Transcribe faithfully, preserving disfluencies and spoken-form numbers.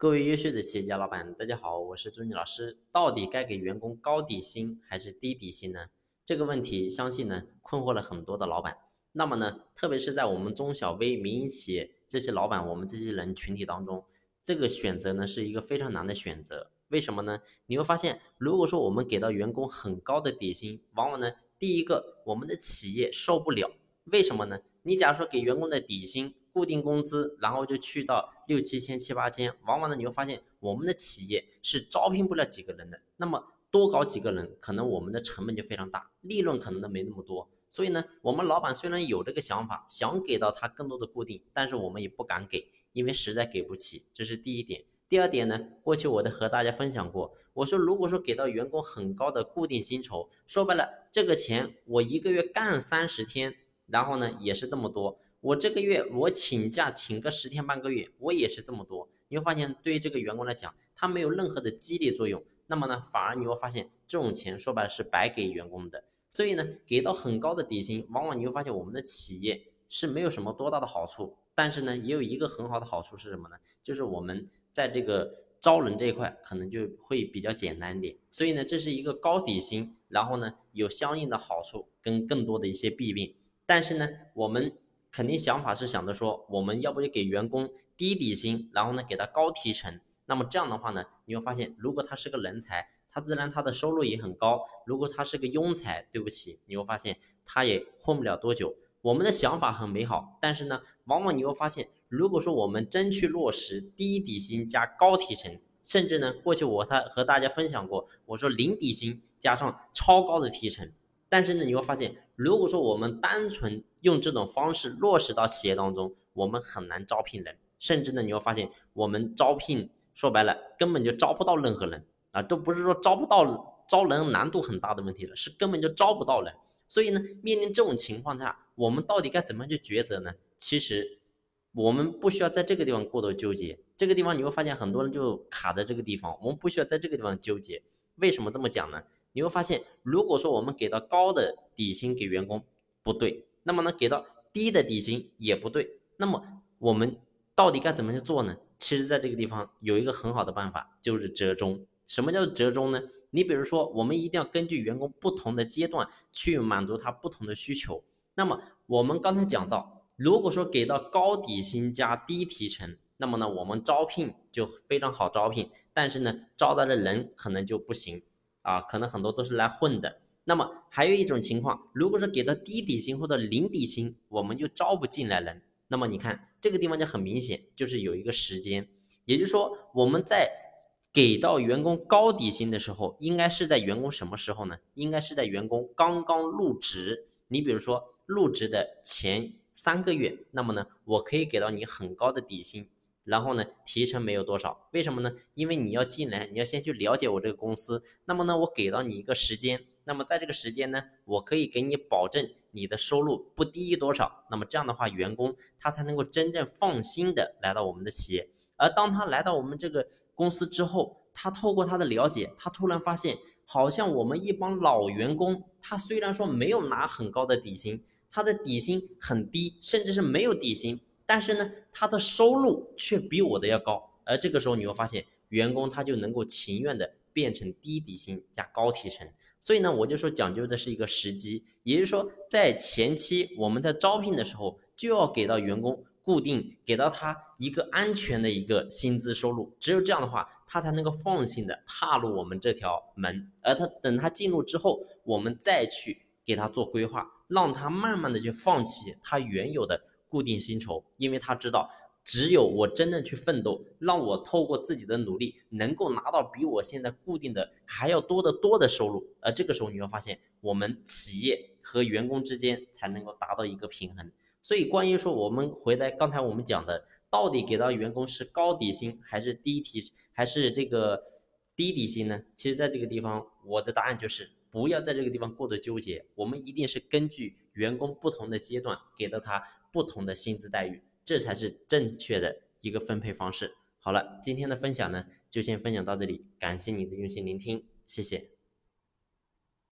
各位优秀的企业家老板，大家好，我是朱妮老师。到底该给员工高底薪还是低底薪呢？这个问题相信呢困惑了很多的老板。那么呢，特别是在我们中小微民营企业这些老板，我们这些人群体当中，这个选择呢是一个非常难的选择。为什么呢？你会发现，如果说我们给到员工很高的底薪，往往呢，第一个我们的企业受不了。为什么呢？你假如说给员工的底薪固定工资，然后就去到六七千、七八千，往往呢你会发现我们的企业是招聘不了几个人的。那么多搞几个人，可能我们的成本就非常大，利润可能都没那么多。所以呢，我们老板虽然有这个想法，想给到他更多的固定，但是我们也不敢给，因为实在给不起。这是第一点。第二点呢，过去我都和大家分享过，我说如果说给到员工很高的固定薪酬，说白了，这个钱我一个月干三十天，然后呢也是这么多，我这个月我请假请个十天半个月，我也是这么多。你会发现对于这个员工来讲，他没有任何的激励作用，那么呢反而你会发现这种钱说白了是白给员工的。所以呢给到很高的底薪，往往你会发现我们的企业是没有什么多大的好处，但是呢也有一个很好的好处是什么呢？就是我们在这个招人这一块可能就会比较简单一点。所以呢这是一个高底薪，然后呢有相应的好处跟更多的一些弊病。但是呢我们肯定想法是想着说，我们要不就给员工低底薪，然后呢给他高提成。那么这样的话呢，你会发现如果他是个人才，他自然他的收入也很高。如果他是个庸才，对不起，你会发现他也混不了多久。我们的想法很美好，但是呢往往你会发现，如果说我们真去落实低底薪加高提成，甚至呢过去我他和大家分享过，我说零底薪加上超高的提成，但是呢你会发现，如果说我们单纯用这种方式落实到企业当中，我们很难招聘人，甚至呢你会发现我们招聘说白了根本就招不到任何人啊，都不是说招不到招人难度很大的问题了，是根本就招不到人。所以呢面临这种情况下，我们到底该怎么去抉择呢？其实我们不需要在这个地方过多纠结，这个地方你会发现很多人就卡在这个地方，我们不需要在这个地方纠结。为什么这么讲呢？你会发现如果说我们给到高的底薪给员工不对，那么呢给到低的底薪也不对，那么我们到底该怎么去做呢？其实在这个地方有一个很好的办法，就是折中。什么叫折中呢？你比如说我们一定要根据员工不同的阶段去满足他不同的需求。那么我们刚才讲到，如果说给到高底薪加低提成，那么呢我们招聘就非常好招聘，但是呢招到的人可能就不行啊，可能很多都是来混的。那么还有一种情况，如果说给到低底薪或者零底薪，我们就招不进来人。那么你看这个地方就很明显，就是有一个时间，也就是说我们在给到员工高底薪的时候，应该是在员工什么时候呢？应该是在员工刚刚入职。你比如说入职的前三个月，那么呢我可以给到你很高的底薪，然后呢提成没有多少。为什么呢？因为你要进来，你要先去了解我这个公司，那么呢我给到你一个时间，那么在这个时间呢我可以给你保证你的收入不低于多少，那么这样的话员工他才能够真正放心的来到我们的企业。而当他来到我们这个公司之后，他透过他的了解，他突然发现好像我们一帮老员工，他虽然说没有拿很高的底薪，他的底薪很低，甚至是没有底薪，但是呢他的收入却比我的要高。而这个时候你会发现员工他就能够情愿的变成低底薪加高提成。所以呢我就说讲究的是一个时机，也就是说在前期我们在招聘的时候就要给到员工固定，给到他一个安全的一个薪资收入，只有这样的话他才能够放心的踏入我们这条门。而他等他进入之后，我们再去给他做规划，让他慢慢的去放弃他原有的固定薪酬。因为他知道只有我真正去奋斗，让我透过自己的努力能够拿到比我现在固定的还要多得多的收入。而这个时候你会发现我们企业和员工之间才能够达到一个平衡。所以关于说我们回来刚才我们讲的，到底给到员工是高底薪还是低提还是这个低底薪呢？其实在这个地方我的答案就是不要在这个地方过多纠结，我们一定是根据员工不同的阶段给到他不同的薪资待遇，这才是正确的一个分配方式。好了，今天的分享呢就先分享到这里，感谢你的用心聆听，谢谢。